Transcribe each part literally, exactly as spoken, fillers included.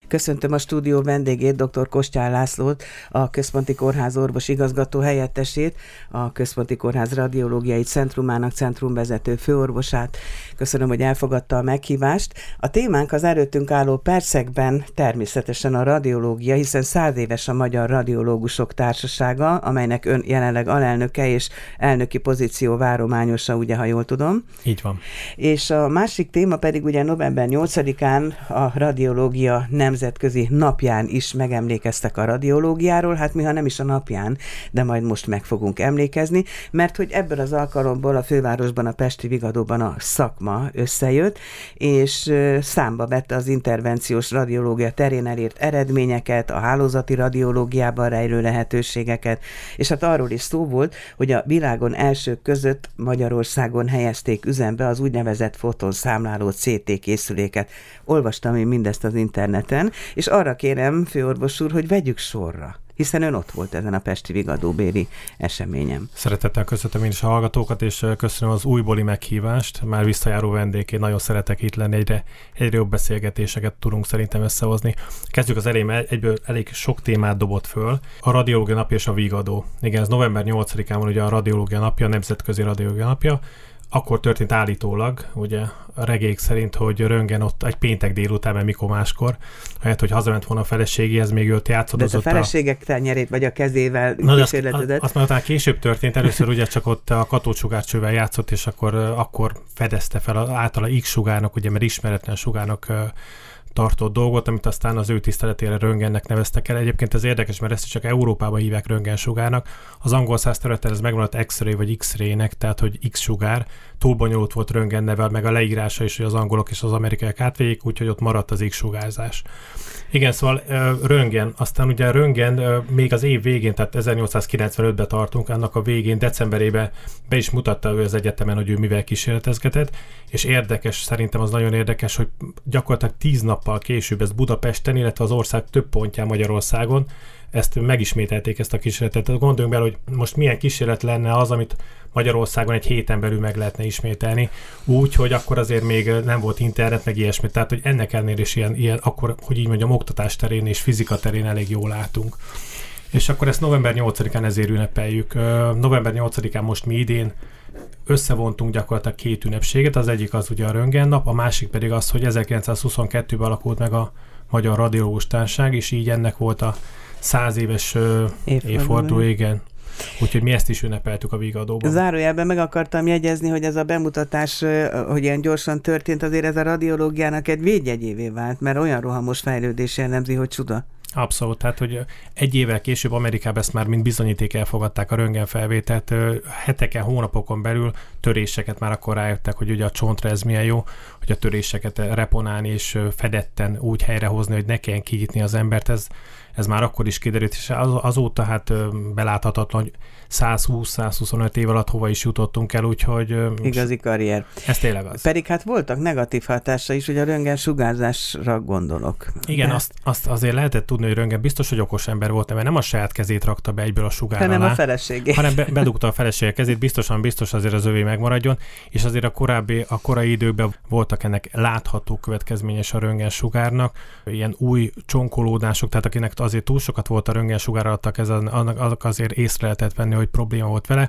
Köszöntöm a stúdió vendégét, dr. Kostyán Lászlót, a Központi Kórház orvos igazgató helyettesét, a Központi Kórház Radiológiai Centrumának centrumvezető főorvosát. Köszönöm, hogy elfogadta a meghívást. A témánk az előttünk álló percekben természetesen a radiológia, hiszen száz éves a Magyar Radiológusok Társasága, amelynek ön jelenleg alelnöke és elnöki pozíció várományosa, ugye, ha jól tudom. Így van. És a másik téma pedig ugye november nyolcadikán a radiológia nemzetközi napján is megemlékeztek a radiológiáról, hát mi ha nem is a napján, de majd most meg fogunk emlékezni, mert hogy ebből az alkalomból a fővárosban, a Pesti Vigadóban a szakma összejött, és számba vette az intervenciós radiológia terén elért eredményeket, a hálózati radiológiában rejlő lehetőségeket, és hát arról is szó volt, hogy a világon elsők között Magyarországon helyezték üzembe az úgynevezett fotonszámláló cé té készüléket. Olvastam én mindezt az interneten, és arra kérem, főorvos úr, hogy vegyük sorra, hiszen ön ott volt ezen a pesti vigadóbéli eseményem. Szeretettel köszöntöm én is a hallgatókat, és köszönöm az újbóli meghívást. Már visszajáró vendégként nagyon szeretek itt lenni, egyre, egyre jobb beszélgetéseket tudunk szerintem összehozni. Kezdjük az elején, egyből elég sok témát dobott föl. A Radiológia Napja és a Vigadó. Igen, ez november nyolcadikán van ugye a Radiológia Napja, a Nemzetközi Radiológia Napja. Akkor történt állítólag, ugye a regék szerint, hogy röntgen ott egy péntek délután, mert mikor máskor, helyett, hogy hazament volna a feleségéhez, még őt játszadozott. De a feleségek tenyerét vagy a kezével kísérletezett? Azt már később történt, először ugye csak ott a katócsugárcsővel játszott, és akkor, akkor fedezte fel az általa X-sugárnak, ugye, mert ismeretlen sugárnak tartott dolgot, amit aztán az ő tiszteletére röntgennek neveztek el. Egyébként ez érdekes, mert ezt csak Európában hívják röntgensugárnak. Az angol száz területen ez megmaradt X-ray vagy X-ray-nek, tehát hogy X-sugár. Túl bonyolult volt röntgen neve, meg a leírása is, hogy az angolok és az amerikaiak átvégjék, úgyhogy ott maradt az X-sugárzás. Igen, szóval röntgen, aztán ugye a röntgen még az év végén, tehát ezernyolcszázkilencvenötben tartunk, annak a végén, decemberében be is mutatta ő az egyetemen, hogy ő mivel kísérletezgetett, és érdekes, szerintem az nagyon érdekes, hogy gyakorlatilag tíz nappal később ez Budapesten, illetve az ország több pontján Magyarországon ezt megismételték, ezt a kísérletet. Tehát gondoljunk bele, hogy most milyen kísérlet lenne az, amit Magyarországon egy héten belül meg lehetne ismételni, úgy, hogy akkor azért még nem volt internet, meg ilyesmi. Tehát, hogy ennek ellenére is ilyen, ilyen, akkor, hogy így mondjam, oktatás terén és fizika terén elég jól látunk. És akkor ezt november nyolcadikán ezért ünnepeljük. november nyolcadikán most mi idén összevontunk gyakorlatilag két ünnepséget, az egyik az ugye a röntgen nap, a másik pedig az, hogy ezerkilencszázhuszonkettőben alakult meg a Magyar Radiológus Társaság, és így ennek volt a száz éves évforduló, igen. Úgyhogy mi ezt is ünnepeltük a Vigadóban. Zárójelben meg akartam jegyezni, hogy ez a bemutatás, hogy ilyen gyorsan történt, azért ez a radiológiának egy védjegyévé vált, mert olyan rohamos fejlődés jellemzi, hogy csuda. Abszolút, tehát hogy egy évvel később Amerikában ezt már mint bizonyíték elfogadták a röntgenfelvételt, heteken, hónapokon belül töréseket már akkor rájöttek, hogy ugye a csontra ez milyen jó, hogy a töréseket reponálni és fedetten úgy helyrehozni, hogy ne kelljen kinyitni az embert, ez, ez már akkor is kiderült, és az, azóta hát beláthatatlan, hogy százhúsz-százhuszonöt év alatt hova is jutottunk el, úgyhogy... Igazi karrier. Ez tényleg az. Pedig hát voltak negatív hatása is, hogy a röntgen sugárzásra gondolok. Igen, de... azt, azt azért lehetett tudni, hogy röntgen biztos, hogy okos ember volt, mert nem a saját kezét rakta be egyből a sugár alá, hanem a feleségét. Hanem be, bedugta a felesége kezét, biztosan biztos azért az övé megmaradjon, és azért a korábbi, a korai időkben voltak ennek látható következményes a röntgen sugárnak, ilyen új csonkolódások, tehát akinek azért túl sokat volt a röntgen sugár alatt a kezen, annak azért észre lehetett venni, hogy probléma volt vele.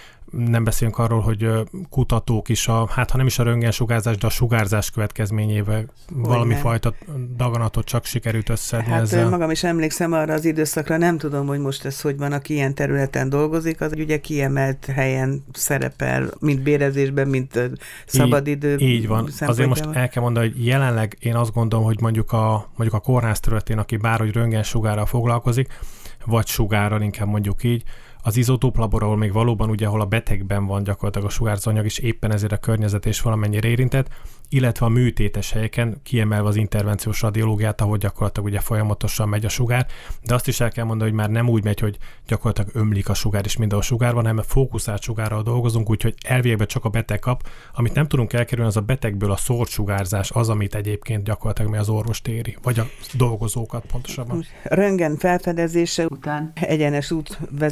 Nem beszélünk arról, hogy kutatók is, a, hát ha nem is a röntgensugárzás, de a sugárzás következményével valami nem. fajta daganatot csak sikerült összedni hát ezzel. Magam is emlékszem arra az időszakra, nem tudom, hogy most ez hogy van, aki ilyen területen dolgozik, az ugye kiemelt helyen szerepel, mint bérezésben, mint szabadidő. Így, így van. Azért most el kell mondani, hogy jelenleg én azt gondolom, hogy mondjuk a, mondjuk a kórház területén, aki bárhogy röntgensugárral foglalkozik, vagy sugárral, inkább mondjuk így, az izotóplabor, ahol még valóban ugye, ahol a betegben van gyakorlatilag a sugárzóanyag, és éppen ezért a környezet is valamennyire érintett, illetve a műtétes helyeken, kiemelve az intervenciós radiológiát, ahol gyakorlatilag ugye folyamatosan megy a sugár, de azt is el kell mondani, hogy már nem úgy megy, hogy gyakorlatilag ömlik a sugár, és mindenhol sugár van, hanem fókuszált sugárral dolgozunk, úgyhogy elvégben csak a beteg kap. Amit nem tudunk elkerülni, az a betegből a szórt sugárzás, az, amit egyébként gyakorlatilag mi az orvost éri, vagy a dolgozókat pontosabban. Röntgen felfedezése után egyenes út vezetett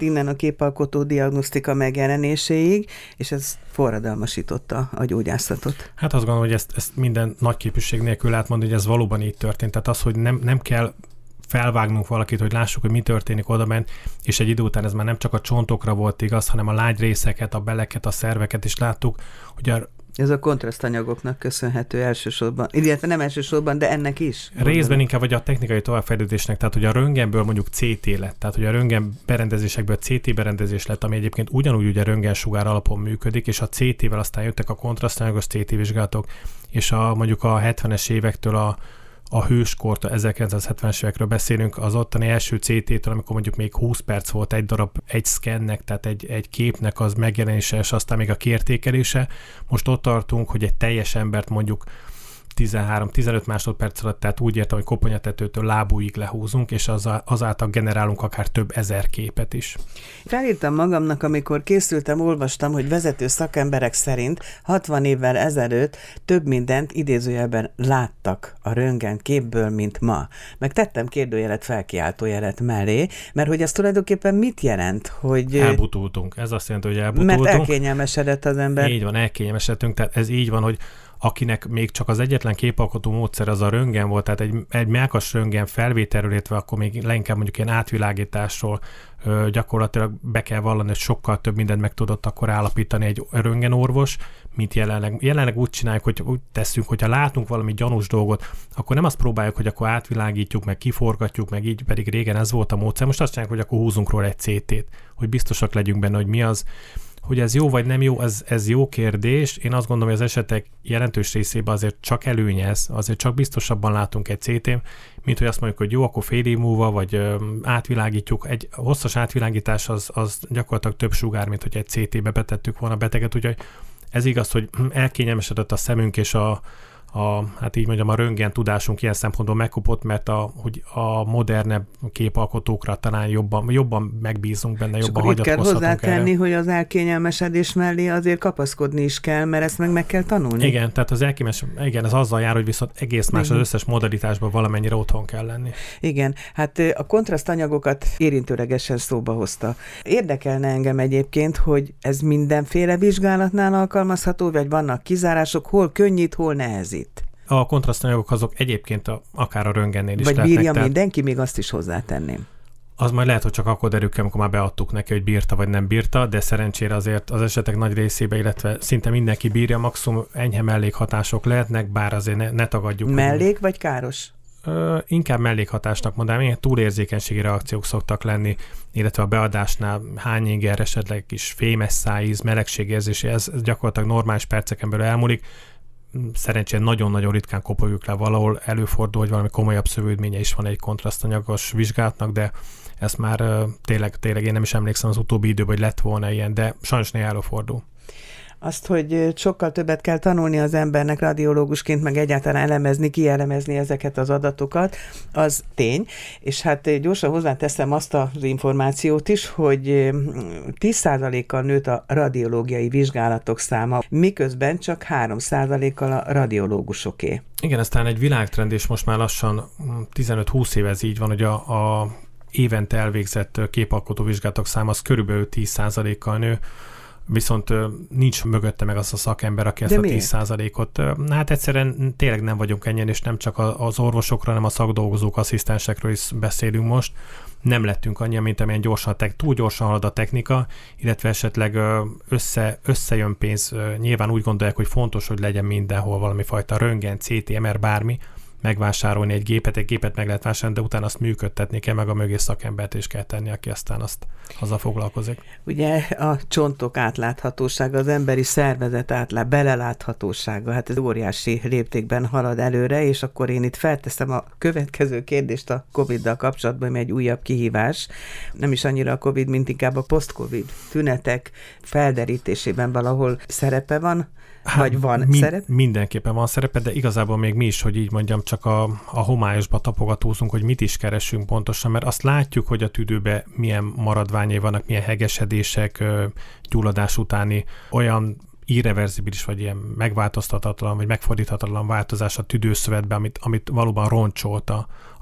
innen a képalkotó diagnosztika megjelenéséig, és ez forradalmasította a gyógyászatot. Hát azt gondolom, hogy ezt, ezt minden nagy képűség nélkül átmondani, hogy ez valóban így történt. Tehát az, hogy nem, nem kell felvágnunk valakit, hogy lássuk, hogy mi történik odabent, és egy idő után ez már nem csak a csontokra volt igaz, hanem a lágy részeket, a beleket, a szerveket is láttuk, hogy a Ez a kontrasztanyagoknak köszönhető elsősorban, illetve nem elsősorban, de ennek is. Részben inkább vagy a technikai továbbfejlődésnek, tehát hogy a röntgenből mondjuk cé té lett, tehát hogy a röntgen berendezésekből cé té berendezés lett, ami egyébként ugyanúgy ugye röntgensugár alapon működik, és a cé tével aztán jöttek a kontrasztanyagos cé té vizsgálatok, és a, mondjuk a hetvenes évektől a a hőskort, a ezerkilencszázhetvenes évekről beszélünk, az ottani első cé té-től, amikor mondjuk még húsz perc volt egy darab, egy szkennek, tehát egy, egy képnek az megjelenése, és aztán még a kiértékelése. Most ott tartunk, hogy egy teljes embert mondjuk tizenhárom-tizenöt másodperc alatt, tehát úgy értem, hogy koponyatetőtől lábúig lehúzunk, és azáltal generálunk akár több ezer képet is. Felírtam magamnak, amikor készültem, olvastam, hogy vezető szakemberek szerint hatvan évvel ezelőtt több mindent idézőjelben láttak a röntgen képből, mint ma. Meg tettem kérdőjelet, felkiáltójelet mellé, mert hogy ez tulajdonképpen mit jelent? Hogy elbutultunk. Ez azt jelenti, hogy elbutultunk. Mert elkényelmesedett az ember. Így van, elkényelmesedtünk, tehát ez így van, hogy akinek még csak az egyetlen képalkotó módszer az a röntgen volt, tehát egy, egy mellkas röntgen felvételről, illetve akkor még leginkább mondjuk ilyen átvilágításról ö, gyakorlatilag be kell vallani, hogy sokkal több mindent meg tudott akkor állapítani egy röntgenorvos, mint jelenleg. Jelenleg úgy csináljuk, hogy úgy tesszünk, hogyha látunk valami gyanús dolgot, akkor nem azt próbáljuk, hogy akkor átvilágítjuk, meg kiforgatjuk, meg így, pedig régen ez volt a módszer. Most azt csináljuk, hogy akkor húzunk róla egy cé tét, hogy biztosak legyünk benne, hogy mi az. Hogy ez jó vagy nem jó, ez, ez jó kérdés. Én azt gondolom, hogy az esetek jelentős részében azért csak előnyez, azért csak biztosabban látunk egy cé tén, mint hogy azt mondjuk, hogy jó, akkor fél év múlva, vagy ö, átvilágítjuk. Egy hosszas átvilágítás az, az gyakorlatilag több sugár, mint hogy egy cé tébe betettük volna a beteget, úgyhogy ez igaz, hogy elkényelmesedett a szemünk, és a A, hát így mondjam, a röntgen tudásunk ilyen szempontból megkopott, mert a, hogy a modernebb képalkotókra talán jobban, jobban megbízunk benne, jobban hagyatkozhatunk erre. És akkor itt kell hozzátenni, hogy az elkényelmesedés mellé azért kapaszkodni is kell, mert ezt meg meg kell tanulni. Igen, tehát az elkényelmes, igen, ez azzal jár, hogy viszont egész más az összes modalitásban valamennyire otthon kell lenni. Igen, hát a kontrasztanyagokat érintőlegesen szóba hozta. Érdekelne engem egyébként, hogy ez mindenféle vizsgálatnál alkalmazható, vagy vannak kizárások, hol könnyít, hol nehezít? A kontrasztanyagok azok egyébként a, akár a röntgennél is vagy lehetnek. Vagy bírja tehát mindenki, még azt is hozzátenném. Az majd lehet, hogy csak akkor derül ki, amikor már beadtuk neki, hogy bírta vagy nem bírta, de szerencsére azért az esetek nagy részében, illetve szinte mindenki bírja, maximum enyhe mellékhatások lehetnek, bár azért ne, ne tagadjuk. Mellék hogy... vagy káros? Ö, inkább mellékhatásnak mondanám, ilyen túlérzékenységi reakciók szoktak lenni, illetve a beadásnál hányinger, esetleg kis fémes szájíz, melegségérzés, ez, ez gyakorlatilag normális perceken belül elmúlik. Szerencsére nagyon-nagyon ritkán kopogjuk le, valahol előfordul, hogy valami komolyabb szövődménye is van egy kontrasztanyagos vizsgálatnak, de ezt már uh, tényleg, tényleg én nem is emlékszem az utóbbi időben, hogy lett volna ilyen, de sajnos néha előfordul. Azt, hogy sokkal többet kell tanulni az embernek radiológusként, meg egyáltalán elemezni, kielemezni ezeket az adatokat, az tény. És hát gyorsan hozzáteszem azt az információt is, hogy tíz százalékkal nőtt a radiológiai vizsgálatok száma, miközben csak három százalékkal a radiológusoké. Igen, ez talán egy világtrend, és most már lassan tizenöt-húsz éve ez így van, hogy a, a évente elvégzett képalkotó vizsgálatok száma az körülbelül tíz százalékkal nő, viszont nincs mögötte meg az a szakember, aki ezt a tíz százalékot. Hát egyszerűen tényleg nem vagyunk ennyien, és nem csak az orvosokra, hanem a szakdolgozók, asszisztensekről is beszélünk most. Nem lettünk annyian, mint amilyen gyorsan, túl gyorsan halad a technika, illetve esetleg össze, összejön pénz. Nyilván úgy gondolják, hogy fontos, hogy legyen mindenhol valami fajta röntgen, cé té, em er, bármi, megvásárolni egy gépet, egy gépet meg lehet vásárolni, de utána azt működtetni kell, meg a mögé szakembert is kell tenni, aki aztán azt azzal foglalkozik. Ugye a csontok átláthatósága, az emberi szervezet átlát, beleláthatósága, hát ez óriási léptékben halad előre, és akkor én itt felteszem a következő kérdést a Coviddal kapcsolatban, ami egy újabb kihívás. Nem is annyira a Covid, mint inkább a post-Covid tünetek felderítésében valahol szerepe van, Hát, vagy van min- szerep? Mindenképpen van szerepe, de igazából még mi is, hogy így mondjam, csak a, a homályosba tapogatózunk, hogy mit is keresünk pontosan, mert azt látjuk, hogy a tüdőben milyen maradványai vannak, milyen hegesedések, gyulladás utáni olyan irreverzibilis, vagy ilyen megváltoztathatatlan, vagy megfordíthatatlan változás a tüdőszövetben, amit, amit valóban roncsolt a,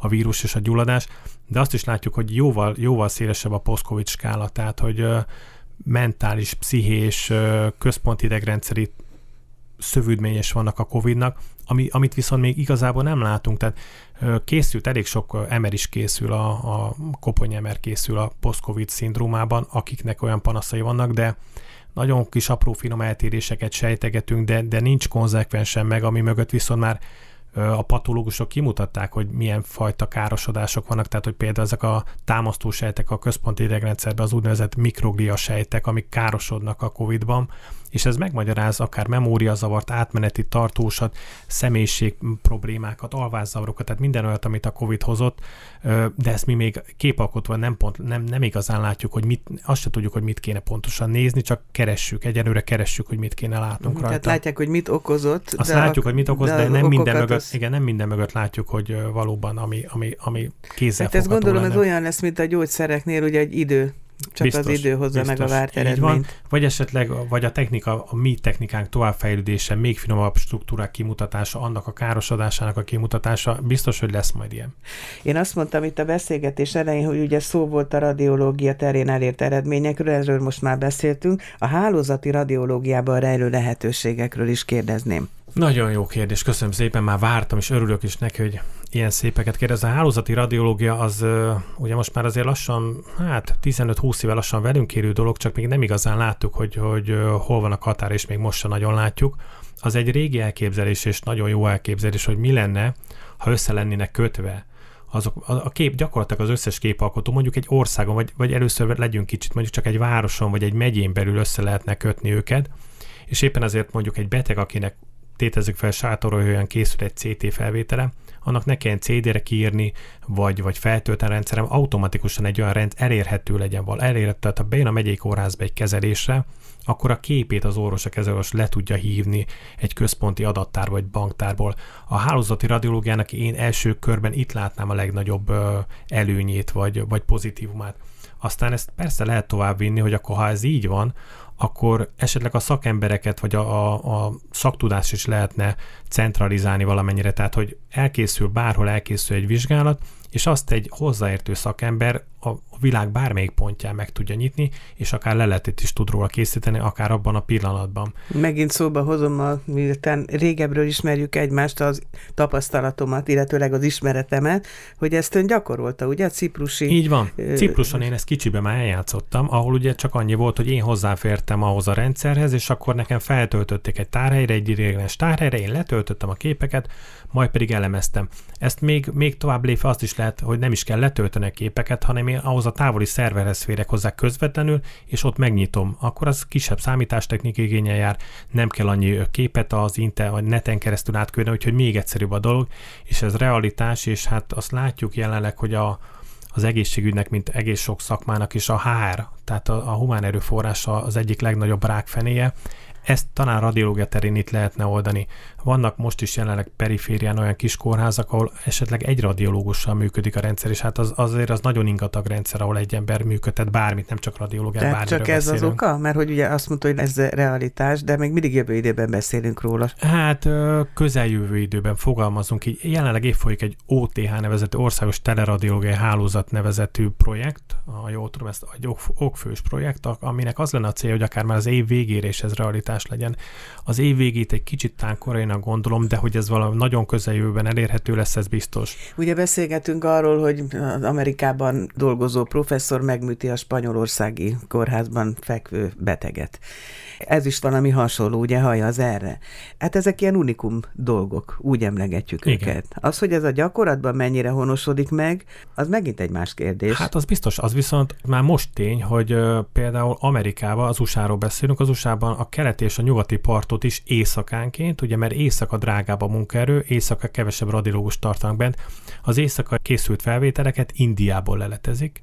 a vírus és a gyulladás, de azt is látjuk, hogy jóval, jóval szélesebb a post-covid skála, tehát hogy ö, mentális, pszichés, ö, központi idegrendszeri szövődményes vannak a Covidnak, ami, amit viszont még igazából nem látunk. Tehát ö, készült, elég sok emer is készül, a, a kopony-emer készül a post-covid szindrómában, akiknek olyan panaszai vannak, de nagyon kis apró finom eltéréseket sejtegetünk, de, de nincs konzekvensen meg, ami mögött viszont már a patológusok kimutatták, hogy milyen fajta károsodások vannak, tehát hogy például ezek a támasztósejtek a központi idegrendszerben, az úgynevezett mikroglia sejtek, amik károsodnak a Covidban, és ez megmagyaráz akár memóriazavart, átmeneti tartósat, személyiség problémákat, alvászavarokat, tehát minden olyat, amit a Covid hozott, de ezt mi még képalkotva nem, pont, nem, nem igazán látjuk, hogy mit, azt se tudjuk, hogy mit kéne pontosan nézni, csak keressük, egyelőre keressük, hogy mit kéne látnunk rajta. Tehát látják, hogy mit okozott. Azt látjuk, a, hogy mit okoz, de, de nem minden, mögött, az... igen, nem minden mögött látjuk, hogy valóban ami, ami, ami kézzel hát ezt gondolom, lenne. ez olyan lesz, mint a gyógyszereknél, ugye egy idő. Csak biztos, az idő hozza biztos, meg a várt eredményt. Van. Vagy esetleg, vagy a technika, a mi technikánk továbbfejlődése, még finomabb struktúrák kimutatása, annak a károsodásának a kimutatása, biztos, hogy lesz majd ilyen. Én azt mondtam itt a beszélgetés elején, hogy ugye szó volt a radiológia terén elért eredményekről, erről most már beszéltünk, a hálózati radiológiában rejlő lehetőségekről is kérdezném. Nagyon jó kérdés, köszönöm szépen, már vártam, és örülök is neki, hogy ilyen szépeket kérdez. A hálózati radiológia az ugye most már azért lassan, hát tizenöt-húsz éve lassan velünk érő dolog, csak még nem igazán láttuk, hogy, hogy hol van a határ, és még most sem nagyon látjuk. Az egy régi elképzelés, és nagyon jó elképzelés, hogy mi lenne, ha össze lennének kötve azok, a kép, gyakorlatilag az összes képalkotó, mondjuk egy országon, vagy, vagy először legyünk kicsit, mondjuk csak egy városon, vagy egy megyén belül össze lehetne kötni őket, és éppen azért mondjuk egy beteg, akinek tétezzük fel, sátoroljon készül egy cé té felvétele, annak ne kelljen cé dére kiírni, vagy, vagy feltölteni a rendszerem, automatikusan egy olyan rend elérhető legyen val. Elérhető, tehát ha bejön a megyei kórházba egy kezelésre, akkor a képét az orvos, a kezelős le tudja hívni egy központi adattár vagy banktárból. A hálózati radiológiának én első körben itt látnám a legnagyobb ö, előnyét, vagy, vagy pozitívumát. Aztán ezt persze lehet tovább vinni, hogy akkor ha ez így van, akkor esetleg a szakembereket, vagy a, a, a szaktudást is lehetne centralizálni valamennyire, tehát hogy elkészül, bárhol elkészül egy vizsgálat, és azt egy hozzáértő szakember a világ bármelyik pontján meg tudja nyitni, és akár leletet is tud róla készíteni, akár abban a pillanatban. Megint szóba hozom, a, miután régebről ismerjük egymást, az tapasztalatomat, illetőleg az ismeretemet, hogy ezt ön gyakorolta, ugye, a ciprusi... Így van. Cipruson én ezt kicsiben már eljátszottam, ahol ugye csak annyi volt, hogy én hozzáfértem ahhoz a rendszerhez, és akkor nekem feltöltötték egy tárhelyre, egy ideiglenes tárhelyre, én letöltöttem a képeket, majd pedig elemeztem. Ezt még, még tovább lépve azt is lehet, hogy nem is kell letölteni a képeket, hanem én ahhoz a távoli szerverhez férek hozzá közvetlenül, és ott megnyitom. Akkor az kisebb számítástechnika igényel jár, nem kell annyi képet az inter, vagy neten keresztül átküldeni, úgyhogy még egyszerűbb a dolog, és ez realitás, és hát azt látjuk jelenleg, hogy a, az egészségügynek, mint egész sok szakmának is a há er, tehát a, a humán erőforrása az egyik legnagyobb rákfenéje. Ezt talán radiológia terén itt lehetne oldani. Vannak most is jelenleg periférián olyan kis kórházak, ahol esetleg egy radiológussal működik a rendszer, és hát az, azért az nagyon ingatag rendszer, ahol egy ember működtet bármit, nem csak radiológiát, bármiről csak ez beszélünk. az oka? Mert hogy ugye azt mondta, hogy ez realitás, de még mindig jövő időben beszélünk róla. Hát közeljövő időben fogalmazunk így. Jelenleg épp folyik egy o té há nevezetű Országos Teleradiológiai Hálózat nevezetű projekt, a jól tudom, ez egy okfős projekt, aminek az lenne a célja, hogy akár már az év végére is ez realitás legyen. Az év végét egy kicsit tán korainak gondolom, de hogy ez valami nagyon közeljövőben elérhető lesz, ez biztos. Ugye beszélgetünk arról, hogy az Amerikában dolgozó professzor megműti a spanyolországi kórházban fekvő beteget. Ez is valami hasonló, ugye hallja az erre. Hát ezek ilyen unikum dolgok, úgy emlegetjük Igen. őket. Az, hogy ez a gyakorlatban mennyire honosodik meg, az megint egy más kérdés. Hát az biztos, az viszont már most tény, hogy uh, például Amerikában, az u es á-ról beszélünk, az u es á-ban a keleti és a nyugati partot is éjszakánként, ugye mert éjszaka drágább a munkaerő, éjszaka kevesebb radiológus tartanak bent, az éjszaka készült felvételeket Indiából leletezik,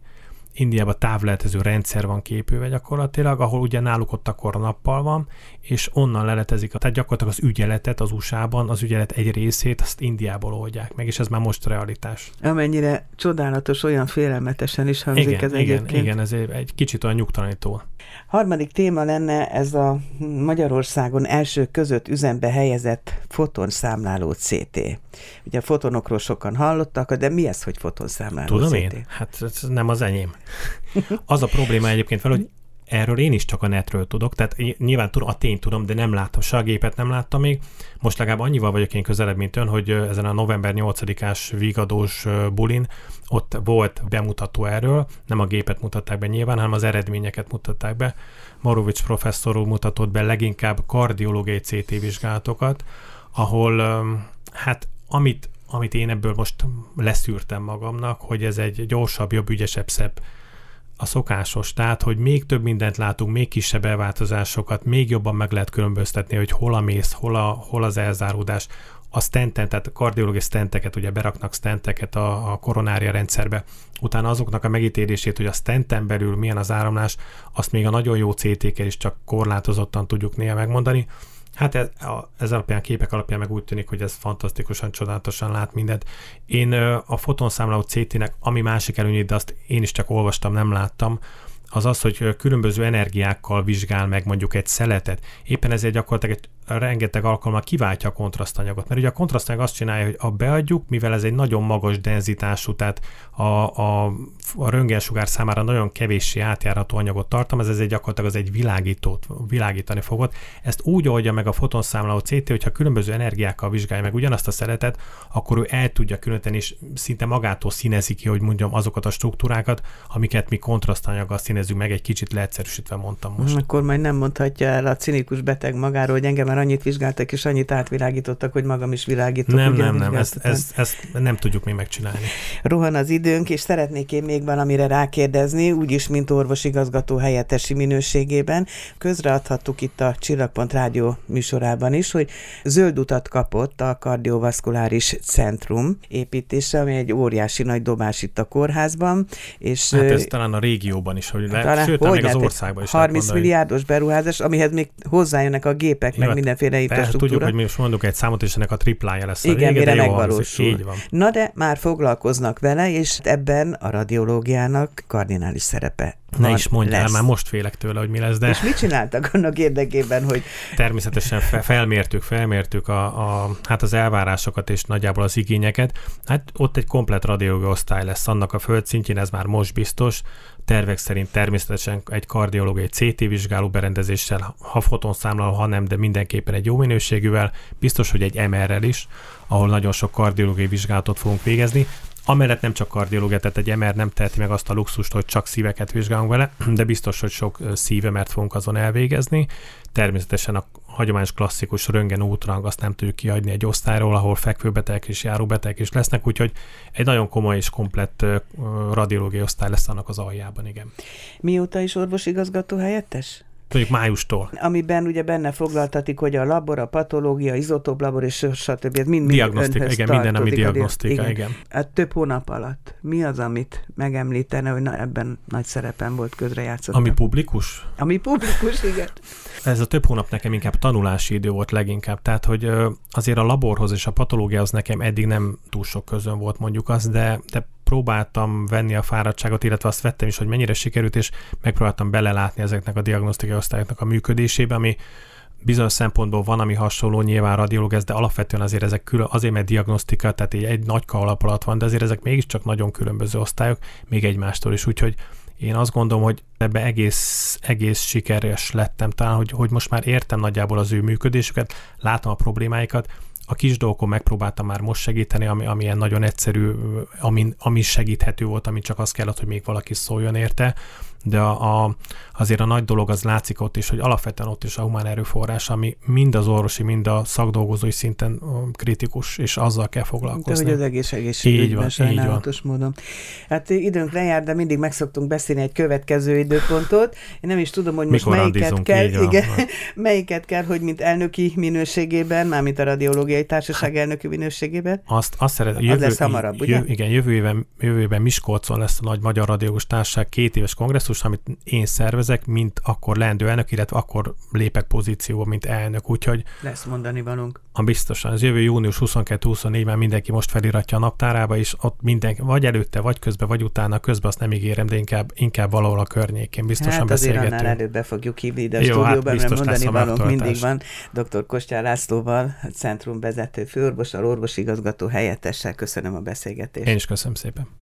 Indiában távleletező rendszer van képülve gyakorlatilag, ahol ugye náluk ott akkor nappal van, és onnan leletezik, tehát gyakorlatilag az ügyeletet az u es á-ban, az ügyelet egy részét azt Indiából oldják meg, és ez már most realitás. Amennyire csodálatos, olyan félelmetesen is hangzik igen, ez igen, egyébként. Igen, ez egy kicsit olyan nyugtalanító. Harmadik téma lenne ez a Magyarországon első között üzembe helyezett fotonszámláló cé té. Ugye a fotonokról sokan hallottak, de mi ez, hogy fotonszámláló Tudom cé té? én? Hát ez nem az enyém. Az a probléma egyébként vele, hogy erről én is csak a netről tudok, tehát nyilván tudom, a tényt tudom, de nem láttam, se a gépet nem láttam még. Most legalább annyival vagyok én közelebb, mint ön, hogy ezen a november nyolcadikás vigadós bulin ott volt bemutató erről, nem a gépet mutatták be nyilván, hanem az eredményeket mutatták be. Marovics professzor úr mutatott be leginkább kardiológiai cé té vizsgálatokat, ahol hát amit, amit én ebből most leszűrtem magamnak, hogy ez egy gyorsabb, jobb, ügyesebb, szebb a szokásos, tehát, hogy még több mindent látunk, még kisebb elváltozásokat, még jobban meg lehet különböztetni, hogy hol a mész, hol, a, hol az elzáródás. A stenten, tehát a kardiológiai stenteket, ugye beraknak stenteket a, a koronária rendszerbe, utána azoknak a megítélését, hogy a stenten belül milyen az áramlás, azt még a nagyon jó cé té-kkel is csak korlátozottan tudjuk néha megmondani. Hát ez, a, ez alapján, a képek alapján meg úgy tűnik, hogy ez fantasztikusan, csodálatosan lát mindent. Én a fotonszámláló cé té-nek, ami másik előnyét, de azt én is csak olvastam, nem láttam, az az, hogy különböző energiákkal vizsgál meg mondjuk egy szeletet. Éppen ezért gyakorlatilag egy rengeteg alkalommal kiváltja a kontrasztanyagot. Mert ugye a kontrasztanyag azt csinálja, hogy a beadjuk, mivel ez egy nagyon magas denzitású, tehát a, a, a röntgensugár számára nagyon kevéssé átjárható anyagot tartalmaz, ez egy gyakorlatilag az egy világítót, világítani fogod. Ezt úgy oldja meg a fotonszámláló cé té, hogyha különböző energiákkal vizsgálja meg ugyanazt a szeletet, akkor ő el tudja különíteni, és szinte magától színezi ki, hogy mondjam, azokat a struktúrákat, amiket mi kontrasztanyaggal színezünk meg, egy kicsit leegyszerűsítve mondtam most. Akkor majd nem mondhatja el a cinikus beteg magáról, hogy engem már annyit vizsgáltak, és annyit átvilágítottak, hogy magam is világítok. Nem, nem, nem, ezt, ezt, ezt nem tudjuk még megcsinálni. Rohan az időnk, és szeretnék én még valamire rákérdezni, úgyis, mint orvosigazgató helyettesi minőségében. Közreadhattuk itt a Csillagpont Rádió műsorában is, hogy zöld utat kapott a kardiovaszkuláris centrum építése, ami egy óriási nagy dobás itt a kórházban. És hát ez talán a régióban is, hogy le, talán, sőt, hogy még az lehet, országban is. harminc milliárdos beruházás, amihez még hozzájönnek a gépek, meg mindenféle infrastruktúra. Tudjuk, hogy mi most mondjuk egy számot, és ennek a triplája lesz. Igen, mire megvalósul. Így van. Na de már foglalkoznak vele, és ebben a radiológiának kardinális szerepe Ne van, is mondjál, lesz. már most félek tőle, hogy mi lesz, de... És mit csináltak annak érdekében, hogy... Természetesen fe- felmértük, felmértük a, a, hát az elvárásokat és nagyjából az igényeket. Hát ott egy komplett radiológiai osztály lesz annak a földszintjén, ez már most biztos. Tervek szerint természetesen egy kardiológiai cé té vizsgáló berendezéssel, ha fotonszámláló, ha nem, de mindenképpen egy jó minőségűvel, biztos, hogy egy em er-rel is, ahol nagyon sok kardiológiai vizsgálatot fogunk végezni. Amellett nem csak kardiológia, tehát egy em er nem teheti meg azt a luxust, hogy csak szíveket vizsgálunk vele, de biztos, hogy sok szívemert fogunk azon elvégezni. Természetesen a hagyományos klasszikus röntgen útrang azt nem tudjuk kihagyni egy osztályról, ahol fekvőbetegek és járóbetegek is lesznek, úgyhogy egy nagyon komoly és komplett radiológiai osztály lesz annak az aljában, igen. Mióta is orvosigazgató helyettes? Mondjuk májustól. Amiben ugye benne foglaltatik, hogy a labor, a patológia, izotóplabor és stb. Ez mind diagnosztika, igen, minden, ami diagnosztika, igen. igen. Hát több hónap alatt mi az, amit megemlítene, hogy na, ebben nagy szerepem volt, közrejátszottam? Ami publikus? Ami publikus, igen. Ez a több hónap nekem inkább tanulási idő volt leginkább, tehát hogy azért a laborhoz és a patológiához nekem eddig nem túl sok közön volt mondjuk az, de, de próbáltam venni a fáradtságot, illetve azt vettem is, hogy mennyire sikerült, és megpróbáltam belelátni ezeknek a diagnosztikai osztályoknak a működésébe, ami bizonyos szempontból van, ami hasonló, nyilván radiológia, de alapvetően azért ezek külön, azért mert diagnosztika, tehát egy, egy nagy kalap alatt van, de azért ezek mégiscsak nagyon különböző osztályok, még egymástól is, úgyhogy én azt gondolom, hogy ebbe egész, egész sikeres lettem talán, hogy, hogy most már értem nagyjából az ő működésüket, látom a problémáikat, a kis dolgokon megpróbáltam már most segíteni, ami, ami ilyen nagyon egyszerű, ami, ami segíthető volt, ami csak az kellett, hogy még valaki szóljon érte, de a, a, azért a nagy dolog az látszik ott is, hogy alapvetően ott is a humán erőforrás, ami mind az orvosi, mind a szakdolgozói szinten kritikus, és azzal kell foglalkozni. De hogy az egész egészségügyben sajnálatos módon. Hát időnk lejár, de mindig meg szoktunk beszélni egy következő időpontot. Én nem is tudom, hogy most mikor melyiket kell, így van, igen, van. melyiket kell, hogy mint elnöki minőségében, mármint a radiológia Radiológiai Társaság elnöki minőségében. Azt, azt szeret, az jövő, lesz hamarabb, ugye? Jövő, igen, jövő évben, jövő évben Miskolcon lesz a nagy Magyar Radiológus Társaság két éves kongresszus, amit én szervezek, mint akkor leendő elnök, illetve akkor lépek pozícióba, mint elnök, úgyhogy lesz mondani valunk. A biztosan, ez jövő június huszonkettő-huszonnégyben mindenki most feliratja a naptárába, és ott mindenki, vagy előtte, vagy közben, vagy utána, közben azt nem ígérem, de inkább, inkább valahol a környékén biztosan hát beszélgetünk. Hát azért annál előbb be fogjuk hívni ide a Jó, stúdióban, hát mert mondani valónk mindig van. doktor Kostyán Lászlóval, a Centrum vezető főorvossal, orvosigazgató helyettessel. Köszönöm a beszélgetést. Én is köszönöm szépen.